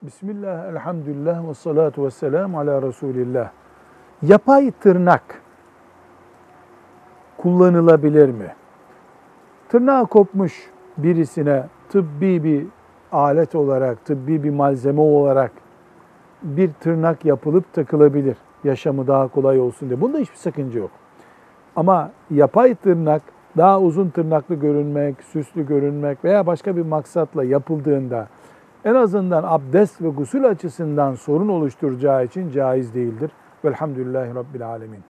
Bismillah, elhamdülillah ve salatu ve selamu ala Resulillah. Yapay tırnak kullanılabilir mi? Tırnağı kopmuş birisine tıbbi bir alet olarak, tıbbi bir malzeme olarak bir tırnak yapılıp takılabilir. Yaşamı daha kolay olsun diye. Bunda hiçbir sakınca yok. Ama yapay tırnak, daha uzun tırnaklı görünmek, süslü görünmek veya başka bir maksatla yapıldığında en azından abdest ve gusül açısından sorun oluşturacağı için caiz değildir. Velhamdülillahi Rabbil Alemin.